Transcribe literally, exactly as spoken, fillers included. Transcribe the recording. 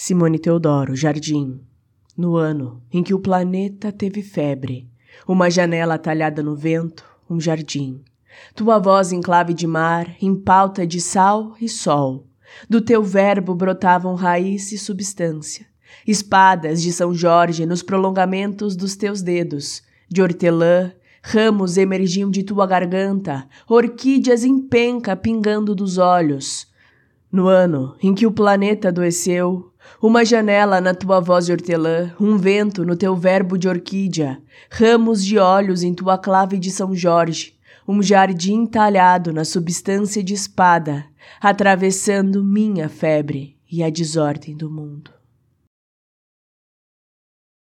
Simone Teodoro, Jardim. No ano em que o planeta teve febre, uma janela talhada no vento, um jardim. Tua voz em clave de mar, em pauta de sal e sol. Do teu verbo brotavam raiz e substância. Espadas de São Jorge nos prolongamentos dos teus dedos. De hortelã, ramos emergiam de tua garganta, orquídeas em penca pingando dos olhos. No ano em que o planeta adoeceu, uma janela na tua voz de hortelã, um vento no teu verbo de orquídea, ramos de olhos em tua clave de São Jorge, um jardim talhado na substância de espada, atravessando minha febre e a desordem do mundo.